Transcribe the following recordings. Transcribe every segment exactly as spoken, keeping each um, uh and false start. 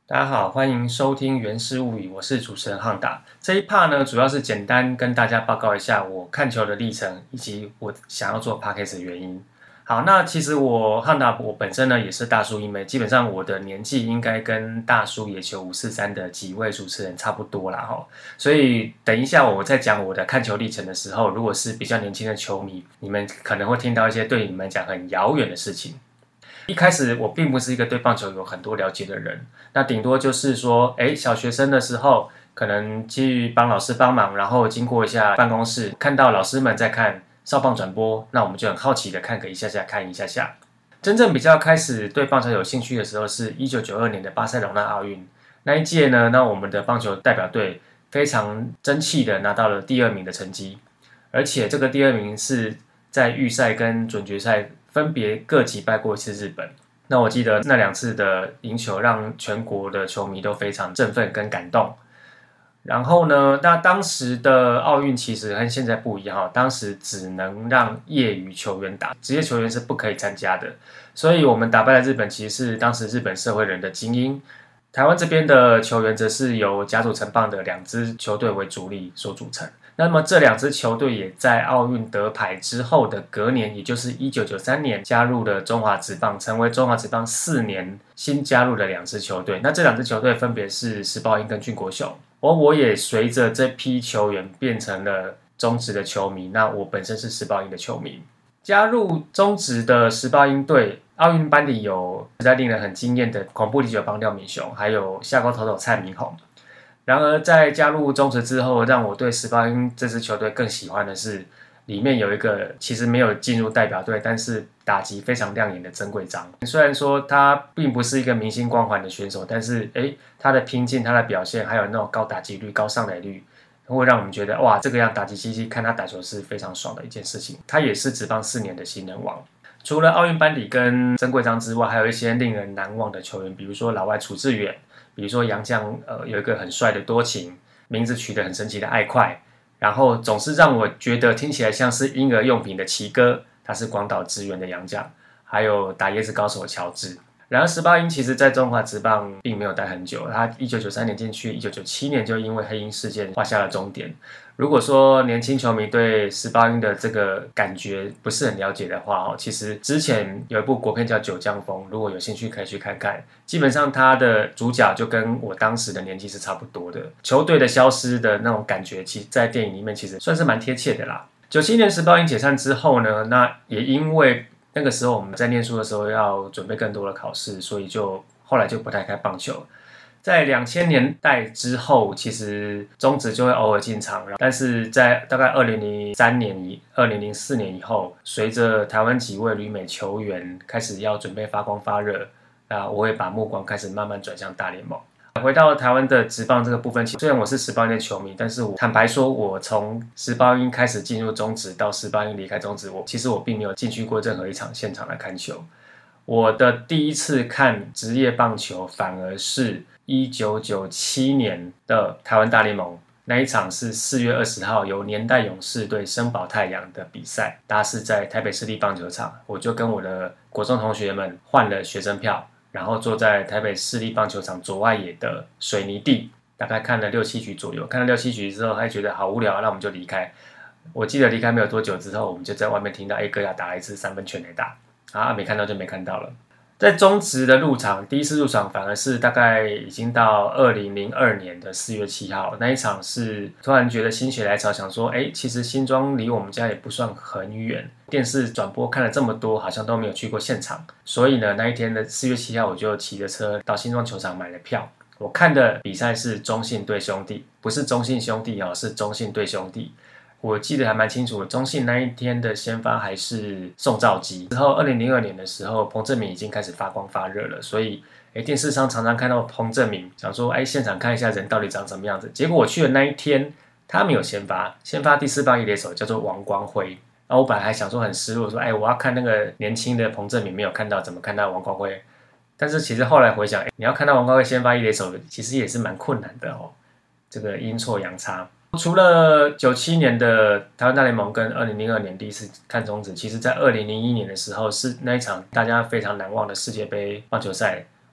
大家好，欢迎收听《源氏物语》，我是主持人汉达。这一 part 呢，主要是简单跟大家报告一下我看球的历程，以及我想要做 podcast 的原因。好，那其实我汉达我本身呢也是大叔一枚，基本上我的年纪应该跟大叔野球五四三的几位主持人差不多啦哈。所以等一下我在讲我的看球历程的时候，如果是比较年轻的球迷，你们可能会听到一些对你们讲很遥远的事情。一开始我并不是一个对棒球有很多了解的人，那顶多就是说，哎，小学生的时候可能去帮老师帮忙，然后经过一下办公室，看到老师们在看少棒转播，那我们就很好奇的看个一下下，看一下下。真正比较开始对棒球有兴趣的时候，是一九九二年的巴塞隆纳奥运那一届呢，那我们的棒球代表队非常争气的拿到了第二名的成绩，而且这个第二名是在预赛跟准决赛分别各击败过一次日本。那我记得那两次的赢球让全国的球迷都非常振奋跟感动。然后呢，那当时的奥运其实跟现在不一样，当时只能让业余球员打，职业球员是不可以参加的。所以我们打败了日本，其实是当时日本社会人的精英。台湾这边的球员则是由甲组成棒的两支球队为主力所组成。那么这两支球队也在奥运得牌之后的隔年，也就是一九九三年加入了中华职棒，成为中华职棒四年新加入的两支球队。那这两支球队分别是时报鹰跟俊国雄。而我也随着这批球员变成了中职的球迷，那我本身是时报鹰的球迷。加入中职的时报鹰队，奥运班里有实在令人很惊艳的恐怖第九棒廖敏雄，还有下钩投手蔡明宏。然而在加入中职之后，让我对时报鹰这支球队更喜欢的是，里面有一个其实没有进入代表队，但是打击非常亮眼的曾贵章。虽然说他并不是一个明星光环的选手，但是诶他的拼劲、他的表现，还有那种高打击率、高上垒率，会让我们觉得哇，这个样打击机器看他打球是非常爽的一件事情。他也是职棒四年的新人王。除了奥运班底跟曾贵章之外，还有一些令人难忘的球员，比如说老外楚志远，比如说洋将，呃，有一个很帅的多情，名字取得很神奇的爱快，然后总是让我觉得听起来像是婴儿用品的奇哥，他是广岛职员的洋将，还有打椰子高手乔治。然而时报鹰其实在中华职棒并没有待很久，他一九九三年进去，一九九七年就因为黑鹰事件画下了终点。如果说年轻球迷对时报鹰的这个感觉不是很了解的话，其实之前有一部国片叫《九江风》，如果有兴趣可以去看看。基本上他的主角就跟我当时的年纪是差不多的，球队的消失的那种感觉，其实在电影里面其实算是蛮贴切的啦。九七年时报鹰解散之后呢，那也因为那个时候我们在念书的时候要准备更多的考试，所以就后来就不太开棒球。在两千年代之后，其实中职就会偶尔进场，但是在大概二零零三年以二零零四年以后，随着台湾几位旅美球员开始要准备发光发热，那我会把目光开始慢慢转向大联盟。回到台湾的职棒这个部分，虽然我是时报鹰的球迷，但是我坦白说，我从时报鹰开始进入中职到时报鹰离开中职，我其实我并没有进去过任何一场现场来看球。我的第一次看职业棒球，反而是一九九七年的台湾大联盟那一场，是四月二十号由年代勇士对升宝太阳的比赛，大家是在台北市立棒球场，我就跟我的国中同学们换了学生票，然后坐在台北市立棒球场左外野的水泥地，大概看了六七局左右。看了六七局之后，还觉得好无聊，那我们就离开。我记得离开没有多久之后，我们就在外面听到 A 哥要打了一支三分全垒打，啊，没看到就没看到了。在中职的入场，第一次入场反而是大概已经到二零零二年的四月七号，那一场是突然觉得心血来潮，想说，哎，其实新庄离我们家也不算很远，电视转播看了这么多，好像都没有去过现场，所以呢，那一天的四月七号，我就骑着车到新庄球场买了票。我看的比赛是中信对兄弟，不是中信兄弟哦，是中信对兄弟。我记得还蛮清楚的，中信那一天的先发还是宋兆基。之后二零零二年的时候，彭政閔已经开始发光发热了，所以诶电视上常常看到彭政閔，想说哎现场看一下人到底长什么样子。结果我去的那一天，他没有先发，先发第四棒一垒手叫做王光辉。然后我本来还想说很失落，说哎我要看那个年轻的彭政閔，没有看到，怎么看到王光辉？但是其实后来回想，你要看到王光辉先发一垒手，其实也是蛮困难的哦，这个阴错阳差。除了九七年的台湾大联盟跟二零零二年第一次看中职，其实在二零零一年的时候是那一场大家非常难忘的世界杯棒球赛，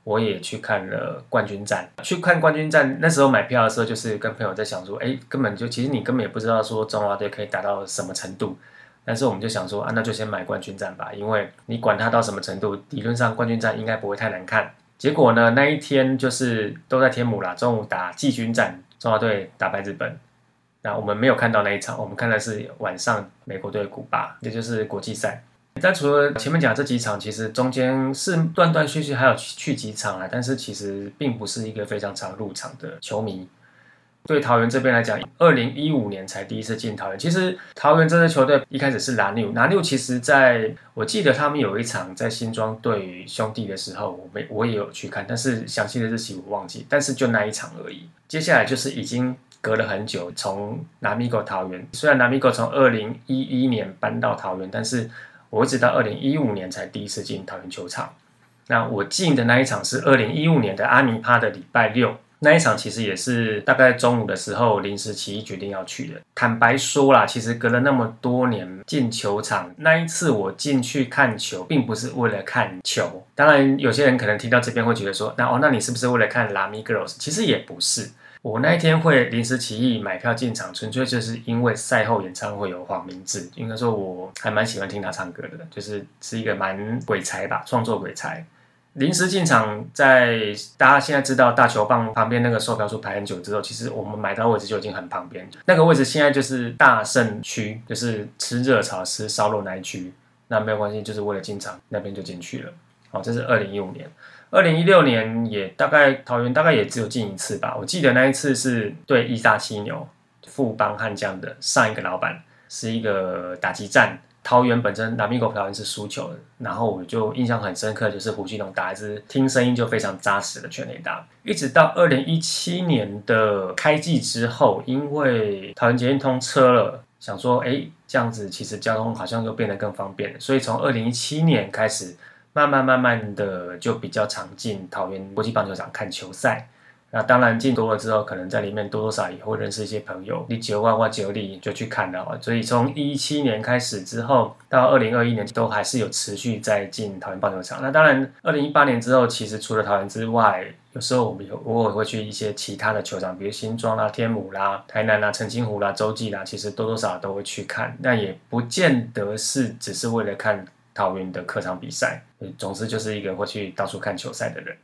我也去看了冠军战。去看冠军战那时候买票的时候，就是跟朋友在想说，哎，根本就其实你根本也不知道说中华队可以打到什么程度。但是我们就想说啊，那就先买冠军战吧，因为你管它到什么程度，理论上冠军战应该不会太难看。结果呢，那一天就是都在天母啦，中午打季军战，中华队打败日本。那我们没有看到那一场，我们看的是晚上美国队古巴，也就是国际赛。但除了前面讲这几场，其实中间是断断续续还有去几场啊，但是其实并不是一个非常常入场的球迷。对桃园这边来讲，二零一五年才第一次进桃园。其实桃园这支球队一开始是拿六，拿六其实在我记得他们有一场在新庄对兄弟的时候，我没我也有去看，但是详细的日期我忘记，但是就那一场而已。接下来就是已经隔了很久，从拿米狗桃园，虽然拿米狗从二零一一年搬到桃园，但是我一直到二零一五年才第一次进桃园球场。那我进的那一场是二零一五年的阿尼帕的礼拜六。那一场其实也是大概中午的时候临时起意决定要去的。坦白说啦，其实隔了那么多年进球场，那一次我进去看球，并不是为了看球。当然，有些人可能听到这边会觉得说，那哦，那你是不是为了看 Lamy Girls？ 其实也不是。我那一天会临时起意买票进场，纯粹就是因为赛后演唱会有黄明志，应该说我还蛮喜欢听他唱歌的，就是是一个蛮鬼才吧，创作鬼才。临时进场，在大家现在知道大球棒旁边那个售票处排很久之后，其实我们买到位置就已经很旁边。那个位置现在就是大盛区，就是吃热炒、吃烧肉那一区。那没有关系，就是为了进场，那边就进去了。好，这是二零一五年。二零一六年也大概桃园大概也只有进一次吧。我记得那一次是对义大犀牛富邦悍将的上一个老板，是一个打击战。桃园本身拉米狗桃园是输球的，然后我就印象很深刻，就是胡金龙打一支听声音就非常扎实的全垒打。一直到二零一七年的开季之后，因为桃园捷运通车了，想说哎，这样子其实交通好像又变得更方便了，所以从二零一七年开始，慢慢慢慢的就比较常进桃园国际棒球场看球赛。那当然进多了之后，可能在里面多多少少也会认识一些朋友，你九万或九里就去看了。所以从一七年开始之后，到二零二一年都还是有持续在进桃园棒球场。那当然，二零一八年之后，其实除了桃园之外，有时候我们有偶尔会去一些其他的球场，比如新庄啦、天母啦、台南啦、澄清湖啦、洲际啦，其实多多少少都会去看。那也不见得是只是为了看桃园的客场比赛，总之就是一个会去到处看球赛的人。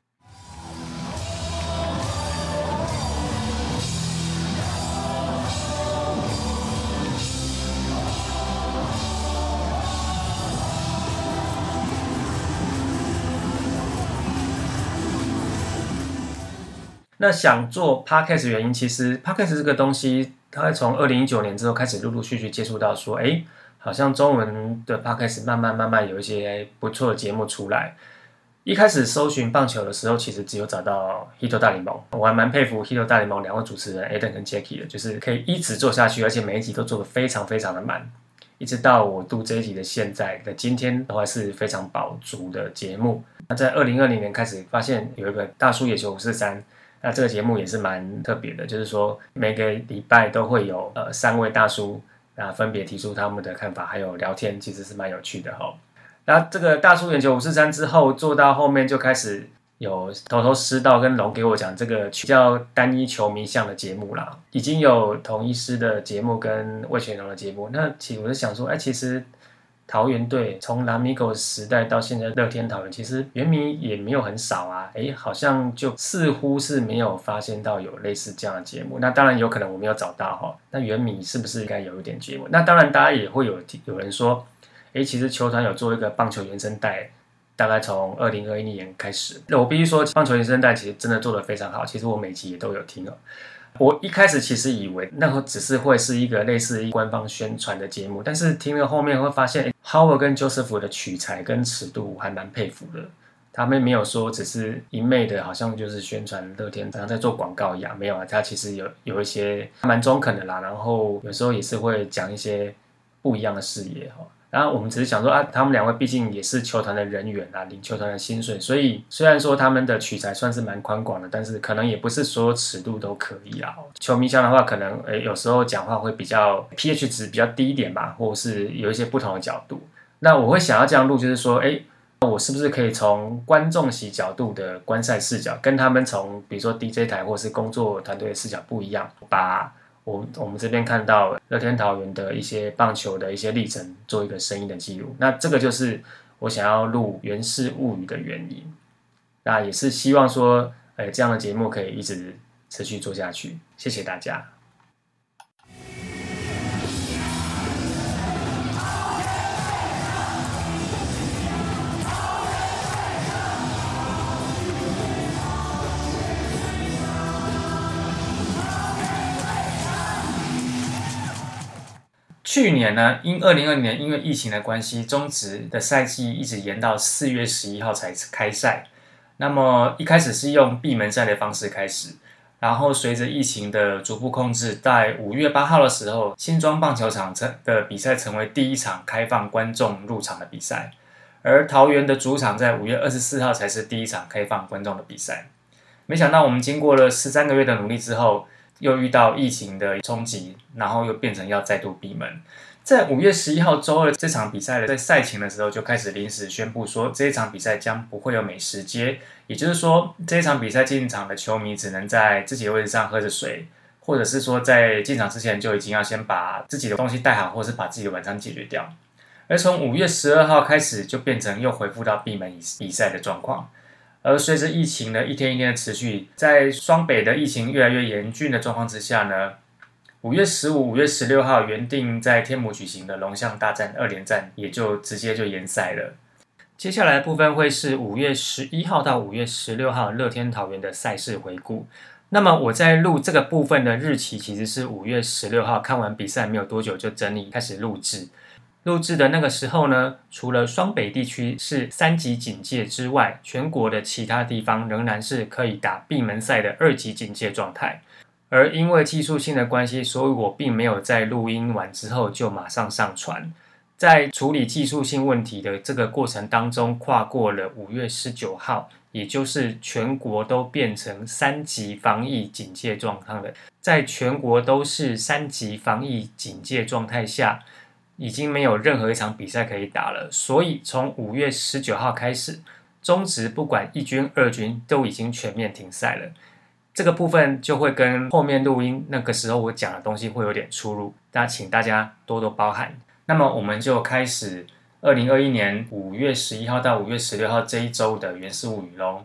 那想做 Podcast 原因，其实 Podcast 这个东西，它会从二零一九年之后开始陆陆续续接触到说，哎，好像中文的 Podcast 慢慢慢慢有一些不错的节目出来。一开始搜寻棒球的时候，其实只有找到 Hito 大联盟，我还蛮佩服 Hito 大联盟两位主持人 Adam 跟 Jackie 的，就是可以一直做下去，而且每一集都做得非常非常的满，一直到我录这一集的现在的今天，都还是非常饱足的节目。那在二零二零年开始发现有一个大叔野球五四三。那这个节目也是蛮特别的，就是说每个礼拜都会有呃三位大叔啊分别提出他们的看法，还有聊天，其实是蛮有趣的哈。那这个大叔眼球五四三之后做到后面就开始有头头师道跟龙给我讲这个比较单一球迷向的节目啦，已经有同一师的节目跟魏全龙的节目。那其实我就想说，哎，其实桃园队从拉米狗时代到现在乐天桃园，其实原迷也没有很少啊，哎，好像就似乎是没有发现到有类似这样的节目。那当然有可能我没有找到哈，那原迷是不是应该有一点节目？那当然大家也会有有人说，哎，其实球团有做一个棒球原声带，大概从二零二一年开始。那我必须说，棒球原声带其实真的做得非常好，其实我每集也都有听哦。我一开始其实以为那个只是会是一个类似官方宣传的节目，但是听了后面会发现 Howard 跟 Joseph 的取材跟尺度还蛮佩服的。他们没有说只是一昧的好像就是宣传乐天好像在做广告一样，没有啊，他其实有有一些蛮中肯的啦，然后有时候也是会讲一些不一样的视野哈。然后我们只是想说啊，他们两位毕竟也是球团的人员啊，领球团的薪水，所以虽然说他们的取材算是蛮宽广的，但是可能也不是所有尺度都可以啦。球迷向的话，可能诶有时候讲话会比较 pH 值比较低一点吧，或是有一些不同的角度。那我会想要这样录，就是说，诶我是不是可以从观众席角度的观赛视角，跟他们从比如说 D J 台或是工作团队的视角不一样，把我我们这边看到乐天桃园的一些棒球的一些历程做一个声音的记录。那这个就是我想要录《源氏物语》的原因。那也是希望说，呃，这样的节目可以一直持续做下去。谢谢大家。去年呢，因二零二零年因为疫情的关系，中职的赛季一直延到四月十一号才开赛。那么一开始是用闭门赛的方式开始，然后随着疫情的逐步控制，在五月八号的时候，新庄棒球场的比赛成为第一场开放观众入场的比赛，而桃园的主场在五月二十四号才是第一场开放观众的比赛。没想到我们经过了十三个月的努力之后，又遇到疫情的冲击，然后又变成要再度闭门。在五月十一号周二这场比赛的在赛前的时候，就开始临时宣布说，这一场比赛将不会有美食街，也就是说，这一场比赛进场的球迷只能在自己的位置上喝着水，或者是说在进场之前就已经要先把自己的东西带好，或是把自己的晚餐解决掉。而从五月十二号开始，就变成又恢复到闭门比赛的状况。而随着疫情呢一天一天的持续，在双北的疫情越来越严峻的状况之下呢，五月十五、五月十六号原定在天母举行的龙象大战二连战也就直接就延赛了。接下来的部分会是五月十一号到五月十六号乐天桃园的赛事回顾。那么我在录这个部分的日期其实是五月十六号，看完比赛没有多久就整理开始录制。录制的那个时候呢，除了双北地区是三级警戒之外，全国的其他地方仍然是可以打闭门赛的二级警戒状态。而因为技术性的关系，所以我并没有在录音完之后就马上上传。在处理技术性问题的这个过程当中，跨过了五月十九号，也就是全国都变成三级防疫警戒状态的，在全国都是三级防疫警戒状态下，已经没有任何一场比赛可以打了，所以从五月十九号开始，中职不管一军、二军都已经全面停赛了。这个部分就会跟后面录音那个时候我讲的东西会有点出入，那请大家多多包涵。那么我们就开始二零二一年五月十一号到五月十六号这一周的《源氏物语》咯。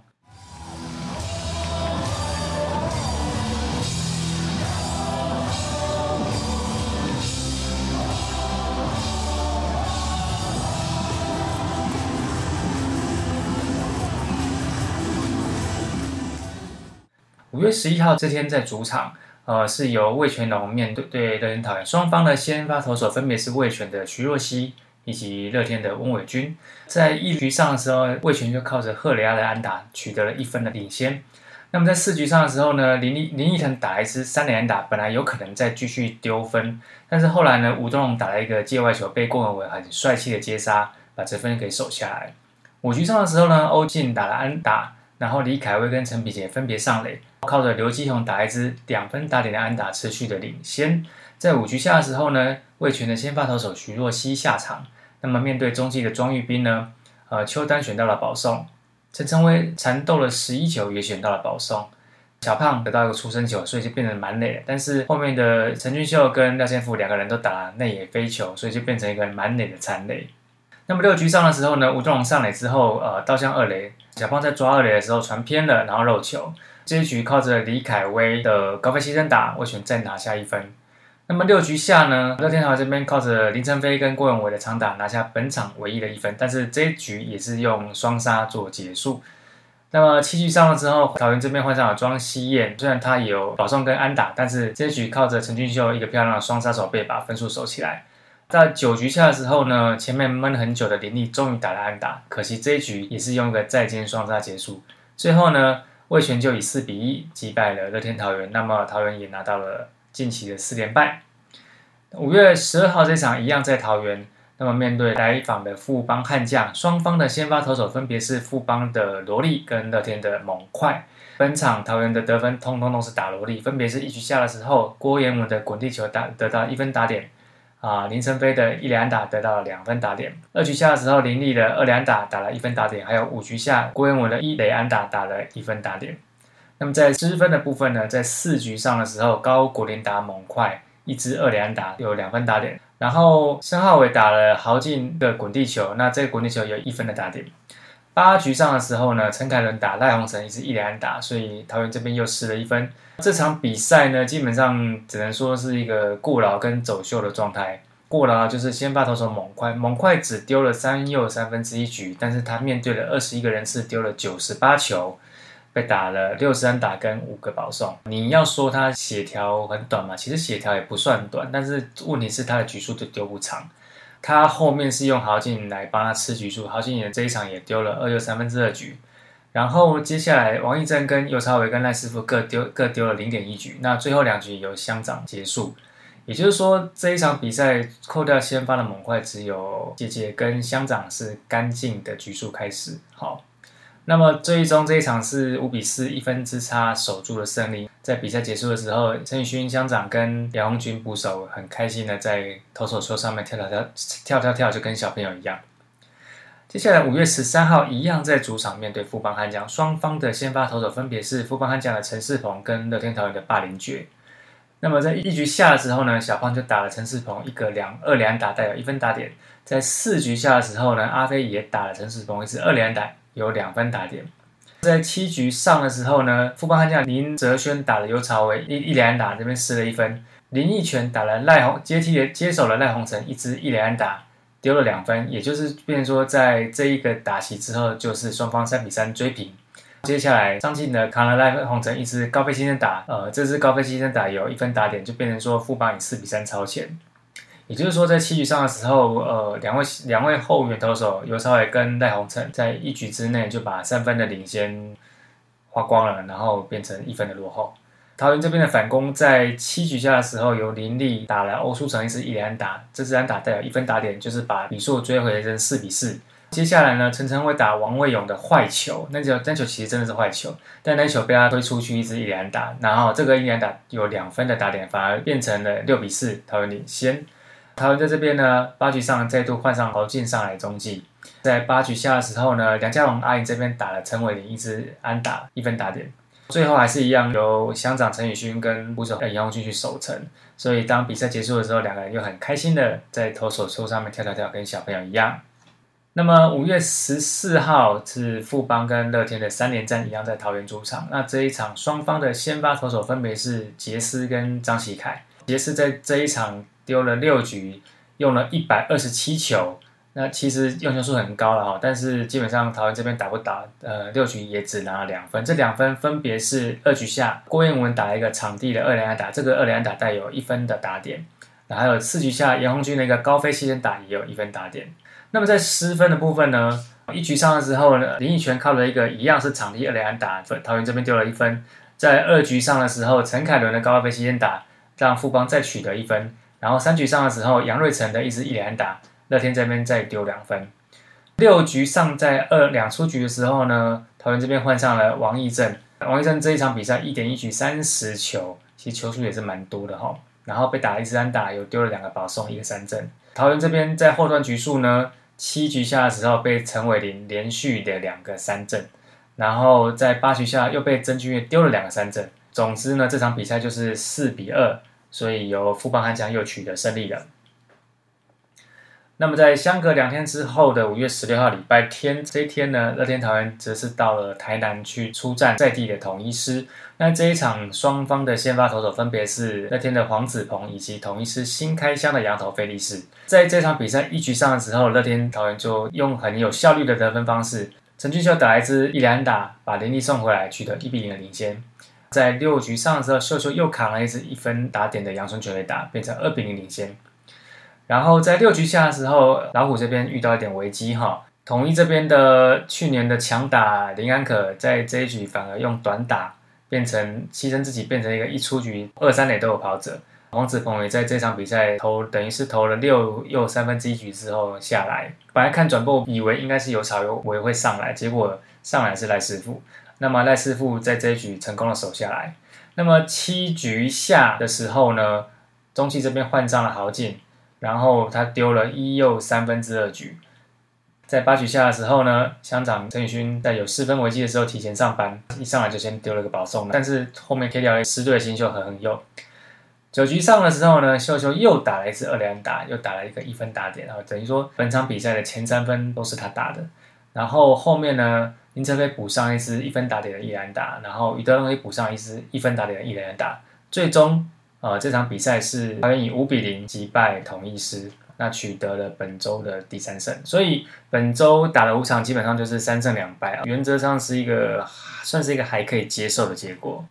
五月十一号这天在主场，呃，是由味全龙面对对乐天桃园，双方的先发投手分别是味全的徐若曦以及乐天的翁伟君。在一局上的时候，味全就靠着赫雷亚的安打取得了一分的领先。那么在四局上的时候呢，林立林义腾打了一支三垒安打，本来有可能再继续丢分，但是后来呢，吴东龙打了一个界外球，被郭文伟很帅气的接杀，把这分给守下来。五局上的时候呢，欧进打了安打，然后李凯威跟陈比杰分别上垒，靠着刘基宏打一支两分打点的安打持续的领先。在五局下的时候呢，味全的先发投手徐若曦下场，那么面对中继的庄玉彬呢，呃，邱丹选到了保送，陈晨威缠斗了十一球也选到了保送，小胖得到一个出生球，所以就变成满垒了。但是后面的陈俊秀跟廖先富两个人都打了内野飞球，所以就变成一个满垒的残垒。那么六局上的时候呢，吴东龙上垒之后，呃，倒向二垒，小胖在抓二垒的时候传偏了，然后漏球。这一局靠着李凯威的高飞牺牲打，味全再拿下一分。那么六局下呢，乐天桃园这边靠着林承飞跟郭文伟的长打拿下本场唯一的一分，但是这一局也是用双杀做结束。那么七局上了之后，桃园这边换上了庄希燕，虽然他也有保送跟安打，但是这一局靠着陈俊秀一个漂亮的双杀守备把分数守起来。在九局下的时候呢，前面闷很久的林立终于打了安打，可惜这一局也是用个再见双杀结束。最后呢，味全就以四比一击败了乐天桃园，那么桃园也拿到了近期的四连败。五月十二号这场一样在桃园，那么面对来访的富邦悍将，双方的先发投手分别是富邦的罗力跟乐天的猛快。本场桃园的得分通通都是打罗力，分别是一局下的时候，郭彦文的滚地球打得到一分打点， 啊，林承飞的一垒安打得到了两分打点。二局下的时候，林立的二垒安打打了一分打点，还有五局下郭彦文的一垒安打打了一分打点。那么在失分的部分呢，在四局上的时候，高国林打猛快一支二垒安打有两分打点，然后申浩伟打了豪进的滚地球，那这个滚地球有一分的打点。八局上的时候呢，陈凯伦打赖鸿成一支一垒安打，所以桃园这边又失了一分。这场比赛呢，基本上只能说是一个过劳跟走秀的状态。过劳就是先发投手猛快，猛快只丢了三又三分之一局，但是他面对了二十一个人次，丢了九十八球，被打了六十安打跟五个保送。你要说他血条很短嘛，其实血条也不算短，但是问题是他的局数就丢不长。他后面是用豪进来帮他吃局数，豪进也这一场也丢了二又三分之二局，然后接下来王溢正跟尤朝伟跟赖师傅各丢各丢了 零点一局，那最后两局由乡长结束，也就是说这一场比赛扣掉先发的猛快，只有姐姐跟乡长是干净的局数开始。好，那么最终这一场是五比四一分之差守住了胜利。在比赛结束的时候，陈宇勋乡长跟梁鸿军捕手很开心的在投手丘上面跳跳跳跳跳跳，就跟小朋友一样。接下来五月十三号一样在主场面对富邦悍将，双方的先发投手分别是富邦悍将的陈世鹏跟乐天桃园的霸凌爵。那么在一局下的时候呢，小胖就打了陈世鹏一个两二垒安打，带有一分打点。在四局下的时候呢，阿飞也打了陈世鹏一次二垒安打，有两分打点。在七局上的时候呢，富邦悍将林哲轩打了尤朝伟一一垒安打，这边失了一分。林义全打了赖鸿接替接手了赖鸿成一支一垒安打，丢了两分，也就是变成说在这一个打席之后，就是双方三比三追平。接下来张进的扛了赖鸿成一支高飞牺牲打，呃，这支高飞牺牲打有一分打点，就变成说富邦以四比三超前。也就是说，在七局上的时候，呃，两位两位后援投手尤朝伟跟赖鸿成在一局之内就把三分的领先花光了，然后变成一分的落后。桃园这边的反攻在七局下的时候，由林立打了欧舒成一支一垒安打，这支安打带有一分打点，就是把比数追回成四比四。接下来呢，陈晨伟打王卫勇的坏球，那球那球其实真的是坏球，但那球被他推出去一支一垒安打，然后这个一垒安打有两分的打点，反而变成了六比四，桃园领先。桃园在这边呢，八局上再度换上豪进上来中继，在八局下的时候呢，梁家龙阿颖这边打了陈伟林一支安打，一分打点。最后还是一样由乡长陈宇勋跟捕手杨鸿军去守城，所以当比赛结束的时候，两个人又很开心的在投手丘上面跳跳跳，跟小朋友一样。那么五月十四号是富邦跟乐天的三连战，一样在桃园主场。那这一场双方的先发投手分别是杰斯跟张喜凯。杰斯在这一场丢了六局，用了一百二十七球，那其实用球数很高了哈，但是基本上桃园这边打不打，呃，六局也只拿了两分。这两分分别是二局下郭彦文打了一个场地的二垒安打，这个二垒安打带有一分的打点，还有四局下杨鸿军的一个高飞牺牲打也有一分打点。那么在失分的部分呢，一局上的时候呢，林义全靠了一个一样是场地二垒安打，桃园这边丢了一分。在二局上的时候，陈凯伦的高飞牺牲打让富邦再取得一分，然后三局上的时候，杨瑞成的一支一垒安打，乐天这边再丢两分。六局上在二两出局的时候呢，桃园这边换上了王溢正，王溢正这一场比赛 一点一局三十球，其实球数也是蛮多的齁，然后被打了一支安打，有丢了两个保送，一个三振。桃园这边在后段局数呢，七局下的时候被陈伟林连续的两个三振，然后在八局下又被曾俊岳丢了两个三振。总之呢，这场比赛就是四比二，所以由富邦悍将又取得胜利了。那么在相隔两天之后的五月十六号礼拜天，这一天呢，乐天桃园则是到了台南去出战在地的统一狮。那这一场双方的先发投手分别是乐天的黄子鹏以及统一狮新开箱的洋投菲利士。在这场比赛一局上的时候，乐天桃园就用很有效率的得分方式，陈俊秀打一支一垒安打，把林立送回来，取得一比零的领先。在六局上的时候，秀秀又扛了一支一分打点的阳春全垒打，变成二比零领先。然后在六局下的时候，老虎这边遇到一点危机哈，统一这边的去年的强打林安可，在这一局反而用短打变成牺牲自己，变成一个一出局二三垒都有跑者。黄子鹏也在这场比赛投等于是投了六又三分之一局之后下来，本来看转播以为应该是有草有尾会上来，结果上来是赖师傅。那么赖师傅在这一局成功的守下来。那么七局下的时候呢，中继这边换上了豪进。 然后他丢了一又三分之二局。在八局下的时候呢，乡长陈宇勋在有四分危机的时候提前上班，一上来就先丢了个保送，但是后面 K 掉了狮队的新秀何恒佑。九局上的时候呢，秀秀又打了一次二垒安打，又打了一个一分打点，然后等于说本场比赛的前三分都是他打的。然后后面呢，林承飞补上一支一分打点的一垒安打，然后余德荣也补上一支一分打点的一垒安打。最终，呃，这场比赛是桃园以五比零击败统一狮。那取得了本周的第三胜，所以本周打了五场，基本上就是三胜两败，原则上是一个算是一个还可以接受的结果。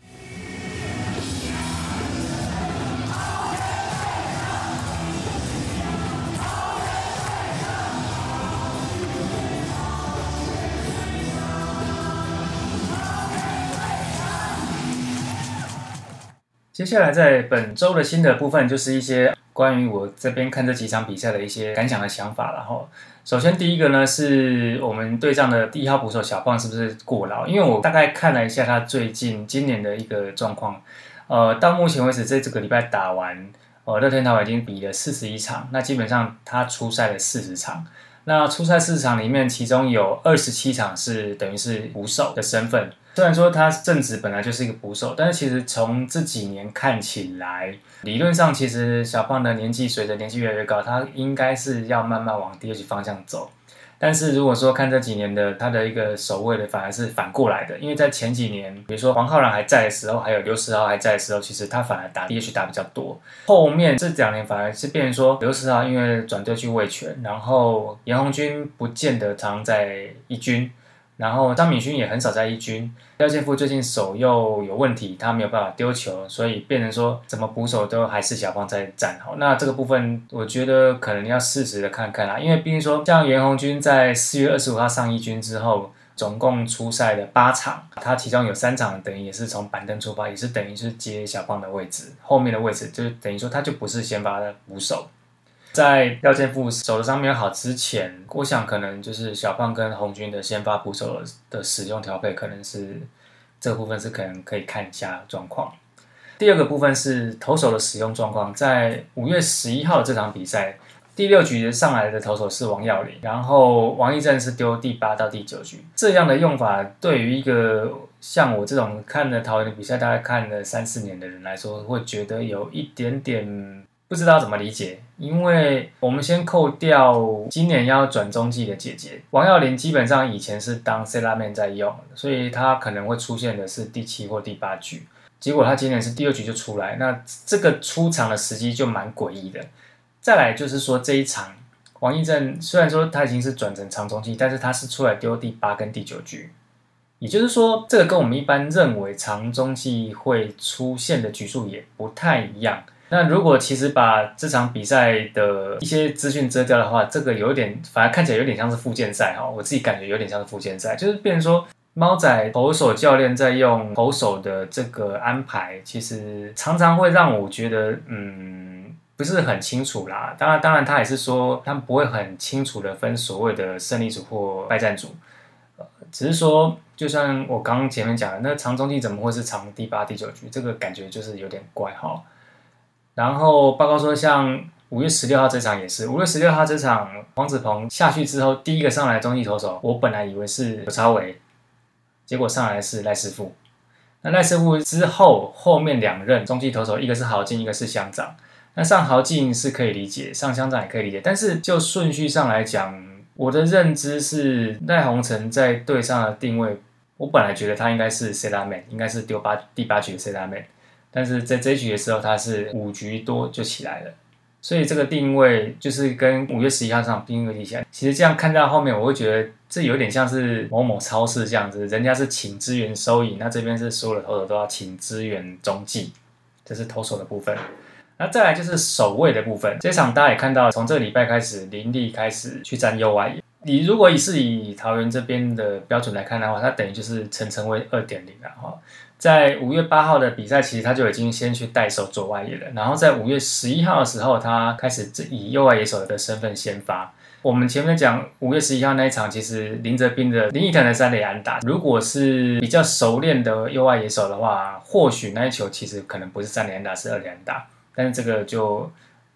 接下来在本周的新的部分，就是一些关于我这边看这几场比赛的一些感想和想法。然后，首先第一个呢，是我们队上的第一号捕手小胖是不是过劳？因为我大概看了一下他最近今年的一个状况，呃，到目前为止，在这个礼拜打完，呃，乐天桃园已经比了四十一场，那基本上他出赛了四十场。那出赛四十场里面，其中有二十七场是等于是捕手的身份。虽然说他正职本来就是一个捕手，但是其实从这几年看起来，理论上其实小胖的年纪随着年纪越来越高，他应该是要慢慢往 D H 方向走。但是如果说看这几年的他的一个守卫的，反而是反过来的，因为在前几年，比如说黄浩然还在的时候，还有刘时豪还在的时候，其实他反而打 D H 打比较多。后面这两年反而是变成说刘时豪因为转队去味全，然后严红军不见得常在一军。然后张敏勋也很少在一军，廖健富最近手又有问题，他没有办法丢球，所以变成说怎么捕手都还是小胖在站好。那这个部分我觉得可能要适时的看看啦，因为毕竟说像严红军在四月二十五号上一军之后，总共出赛了八场，他其中有三场等于也是从板凳出发，也是等于是接小胖的位置，后面的位置就是等于说他就不是先发的捕手。在廖健富手的伤没有好之前，我想可能就是小胖跟红军的先发捕手的使用调配，可能是这个部分是可能可以看一下状况。第二个部分是投手的使用状况，在五月十一号这场比赛，第六局上来的投手是王耀麟，然后王溢正是丢第八到第九局。这样的用法对于一个像我这种看了桃园的比赛，大概看了三四年的人来说，会觉得有一点点不知道怎么理解，因为我们先扣掉今年要转中继的姐姐王耀麟，基本上以前是当 Cela Man 在用，所以他可能会出现的是第七或第八局，结果他今年是第二局就出来，那这个出场的时机就蛮诡异的。再来就是说这一场王溢正虽然说他已经是转成长中继，但是他是出来丢第八跟第九局，也就是说这个跟我们一般认为长中继会出现的局数也不太一样。那如果其实把这场比赛的一些资讯遮掉的话，这个有点反而看起来有点像是复健赛，我自己感觉有点像是复健赛，就是变成说猫仔投手教练在用投手的这个安排，其实常常会让我觉得嗯不是很清楚啦。当然当然他也是说他们不会很清楚的分所谓的胜利组或败战组，只是说就像我刚刚前面讲的，那长中继怎么会是长第八第九局，这个感觉就是有点怪哈。然后报告说，像五月十六号这场也是，五月十六号这场黄子鹏下去之后，第一个上来的中继投手，我本来以为是刘超维，结果上来是赖师傅。那赖师傅之后，后面两任中继投手，一个是豪进，一个是乡长。那上豪进是可以理解，上乡长也可以理解，但是就顺序上来讲，我的认知是赖鸿成在队上的定位，我本来觉得他应该是 Cela Man， 应该是丢八第八局的 Cela Man。但是在这一局的时候，他是五局多就起来了，所以这个定位就是跟五月十一号这场定位起来。其实这样看到后面，我会觉得这有点像是某某超市这样子，人家是请支援收银，那这边是所有的投手都要请支援中继，这是投手的部分。那再来就是守卫的部分，这场大家也看到，从这个礼拜开始，林立开始去站右外野。你如果是以桃园这边的标准来看的话，它等于就是陈晨威 二点零 了哈。在五月八号的比赛，其实他就已经先去带手左外野了，然后在五月十一号的时候，他开始以右外野手的身份先发。我们前面讲五月十一号那一场，其实林哲斌的林奕腾的三垒安打，如果是比较熟练的右外野手的话，或许那一球其实可能不是三垒安打，是二垒安打，但是这个就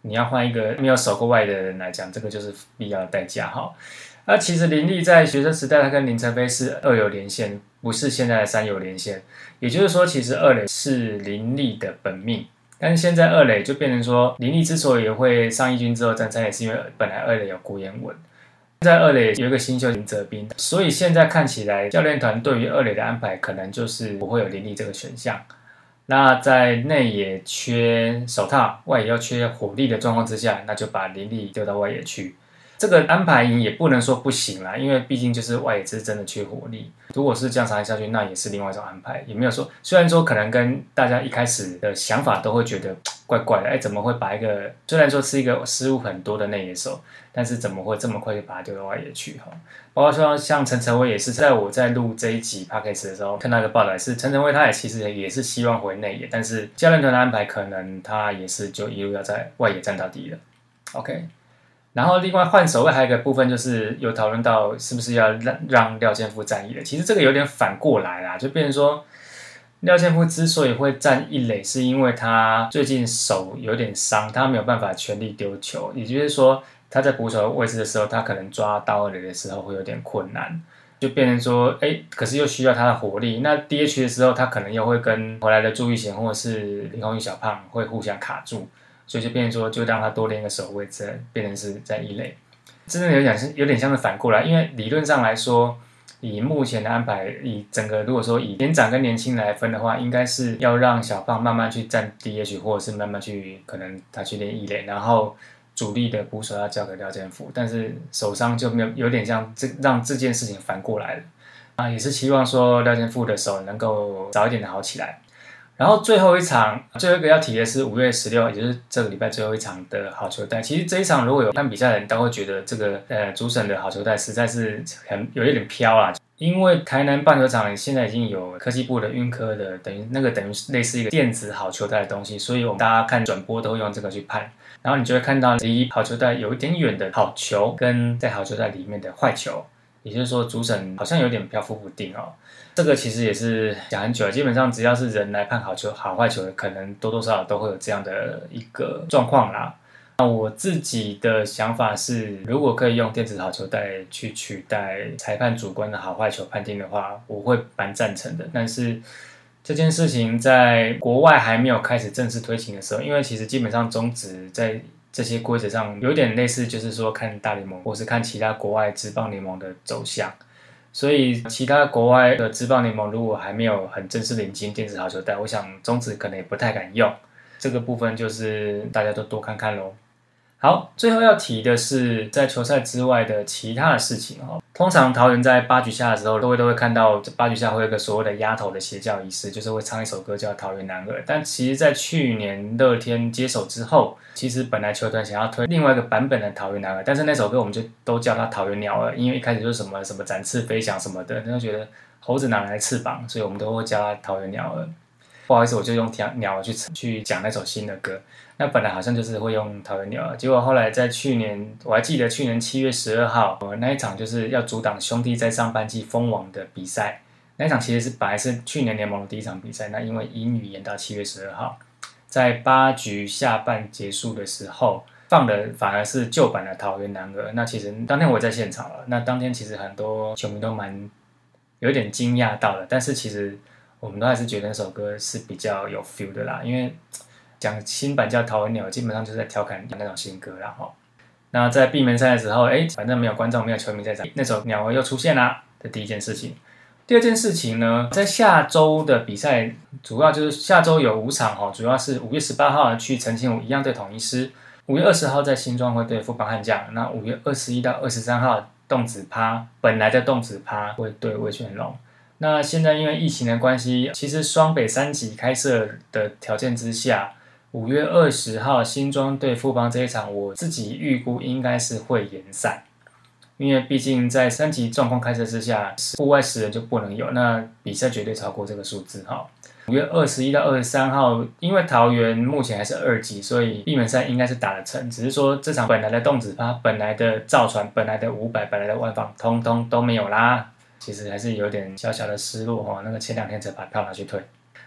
你要换一个没有守过外野的人来讲，这个就是必要的代价哈。那其实林立在学生时代，他跟林承飞是二游连线，不是现在的三游连线。也就是说，其实二垒是林立的本命，但是现在二垒就变成说，林立之所以会上一军之后站三垒，是因为本来二垒有郭彦文，在二垒有一个新秀林哲斌，所以现在看起来教练团对于二垒的安排可能就是不会有林立这个选项。那在内野缺手套，外野又缺火力的状况之下，那就把林立丢到外野去。这个安排也不能说不行啦，因为毕竟就是外野是真的缺火力。如果是这样长下去，那也是另外一种安排，也没有说，虽然说可能跟大家一开始的想法都会觉得怪怪的，哎，怎么会把一个虽然说是一个失误很多的内野手，但是怎么会这么快就把他丢到外野去哈？包括说像陈晨威也是，在我在录这一集 podcast 的时候看到一个报道，是陈晨威他也其实也是希望回内野，但是教练团的安排可能他也是就一路要在外野站到底了。OK。然后另外换守卫还有一个部分就是有讨论到是不是要让让廖健富站一垒，其实这个有点反过来啦，就变成说廖健富之所以会站一垒，是因为他最近手有点伤，他没有办法全力丢球，也就是说他在捕手的位置的时候，他可能抓到二垒的时候会有点困难，就变成说，哎，可是又需要他的火力，那 D H 的时候他可能又会跟回来的朱玉贤或者是林鸿宇小胖会互相卡住。所以就变成说，就让他多练一个守卫，变成是在一垒，真的有点是有点像是反过来，因为理论上来说，以目前的安排，以整个如果说以年长跟年轻来分的话，应该是要让小胖慢慢去站 D H， 或者是慢慢去可能他去练一垒，然后主力的捕手要交给廖健富，但是手伤就没有有点像这让这件事情反过来了啊，也是希望说廖健富的手能够早一点的好起来。然后最后一场，最后一个要提的是五月十六，也就是这个礼拜最后一场的好球带。其实这一场如果有看比赛的人，都会觉得这个呃主审的好球带实在是很有一点飘啊。因为台南棒球场现在已经有科技部的运科的，等于那个等于类似一个电子好球带的东西，所以我们大家看转播都会用这个去判。然后你就会看到离好球带有一点远的好球，跟在好球带里面的坏球，也就是说主审好像有点飘忽不定哦。这个其实也是讲很久了，基本上只要是人来判好球、好坏球，可能多多少少都会有这样的一个状况啦。那我自己的想法是，如果可以用电子好球带去取代裁判主观的好坏球判定的话，我会蛮赞成的。但是这件事情在国外还没有开始正式推行的时候，因为其实基本上中职在这些规则上有点类似，就是说看大联盟或是看其他国外职棒联盟的走向。所以其他国外的职棒联盟如果还没有很正式的引进电子好球带，我想中职可能也不太敢用，这个部分就是大家都多看看咯。好，最后要提的是在球赛之外的其他的事情哦。通常桃园在八局下的时候，各位都会看到八局下会有一个所谓的压头的邪教仪式，就是会唱一首歌叫《桃园男儿》。但其实在去年乐天接手之后，其实本来球团想要推另外一个版本的《桃园男儿》，但是那首歌我们就都叫它《桃园鸟儿》，因为一开始就是什么什么展翅飞翔什么的，然后觉得猴子哪来翅膀，所以我们都会叫它《桃园鸟儿》。不好意思，我就用鸟儿去去讲那首新的歌。那本来好像就是会用桃园鸟儿，结果后来在去年，我还记得去年七月十二号那一场就是要阻挡兄弟在上半季封王的比赛，那一场其实是本来是去年联盟的第一场比赛，那因为英语延到七月十二号，在八局下半结束的时候放的反而是旧版的桃园男儿。那其实当天我在现场了，那当天其实很多球迷都蛮有点惊讶到的，但是其实我们都还是觉得那首歌是比较有 feel 的啦，因为讲新版叫桃园鸟，基本上就是在调侃那种新歌啦齁。那在闭门赛的时候，哎，反正没有观众，没有球迷在场，那首鸟儿又出现啦，这第一件事情。第二件事情呢，在下周的比赛，主要就是下周有五场齁，主要是五月十八号去澄清湖一样对统一狮，五月二十号在新庄会对富邦悍将，那五月二十一到二十三号动子趴本来的动子趴会对味全龙。那现在因为疫情的关系，其实双北三级开设的条件之下，五月二十号新庄对富邦这一场，我自己预估应该是会延赛，因为毕竟在三级状况开设之下，户外十人就不能有，那比赛绝对超过这个数字哈。五月二十一到二十三号，因为桃园目前还是二级，所以闭门赛应该是打得成，只是说这场本来的动子趴、本来的造船、本来的五百、本来的万方，通通都没有啦。其实还是有点小小的失落哦，那个前两天才把票拿去退。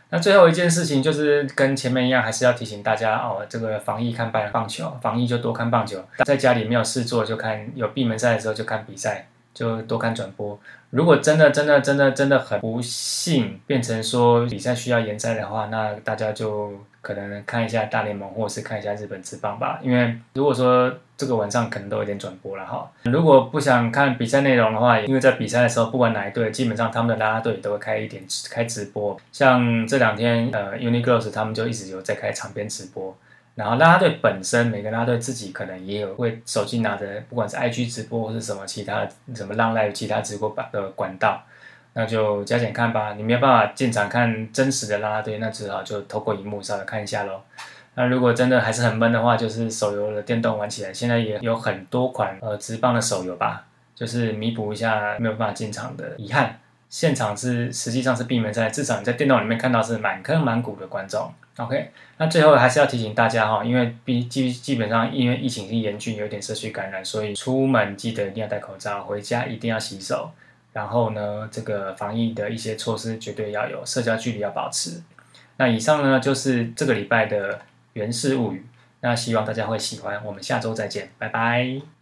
那最后一件事情就是跟前面一样，还是要提醒大家哦，这个防疫看棒棒球，防疫就多看棒球，在家里没有事做就看，有闭门赛的时候就看比赛，就多看转播。如果真的真的真的真的很不幸变成说比赛需要延赛的话，那大家就可能看一下大联盟或者是看一下日本职棒吧。因为如果说这个晚上可能都有点转播了哈。如果不想看比赛内容的话，因为在比赛的时候，不管哪一队，基本上他们的啦啦队都会开一点开直播。像这两天呃 Uniqlo 他们就一直有在开场边直播。然后啦啦队本身，每个啦啦队自己可能也有会手机拿着，不管是 I G 直播或是什么其他什么浪 live 其他直播的管道，那就加减看吧。你没有办法进场看真实的啦啦队，那只好就透过荧幕稍微看一下咯。那如果真的还是很闷的话，就是手游的电动玩起来，现在也有很多款呃职棒的手游吧，就是弥补一下没有办法进场的遗憾。现场是实际上是闭门赛，至少你在电动里面看到是满坑满谷的观众。OK， 那最后还是要提醒大家哈，因为基基本上因为疫情是严峻，有点社区感染，所以出门记得一定要戴口罩，回家一定要洗手。然后呢，这个防疫的一些措施绝对要有，社交距离要保持。那以上呢就是这个礼拜的源氏物语，那希望大家会喜欢，我们下周再见，拜拜。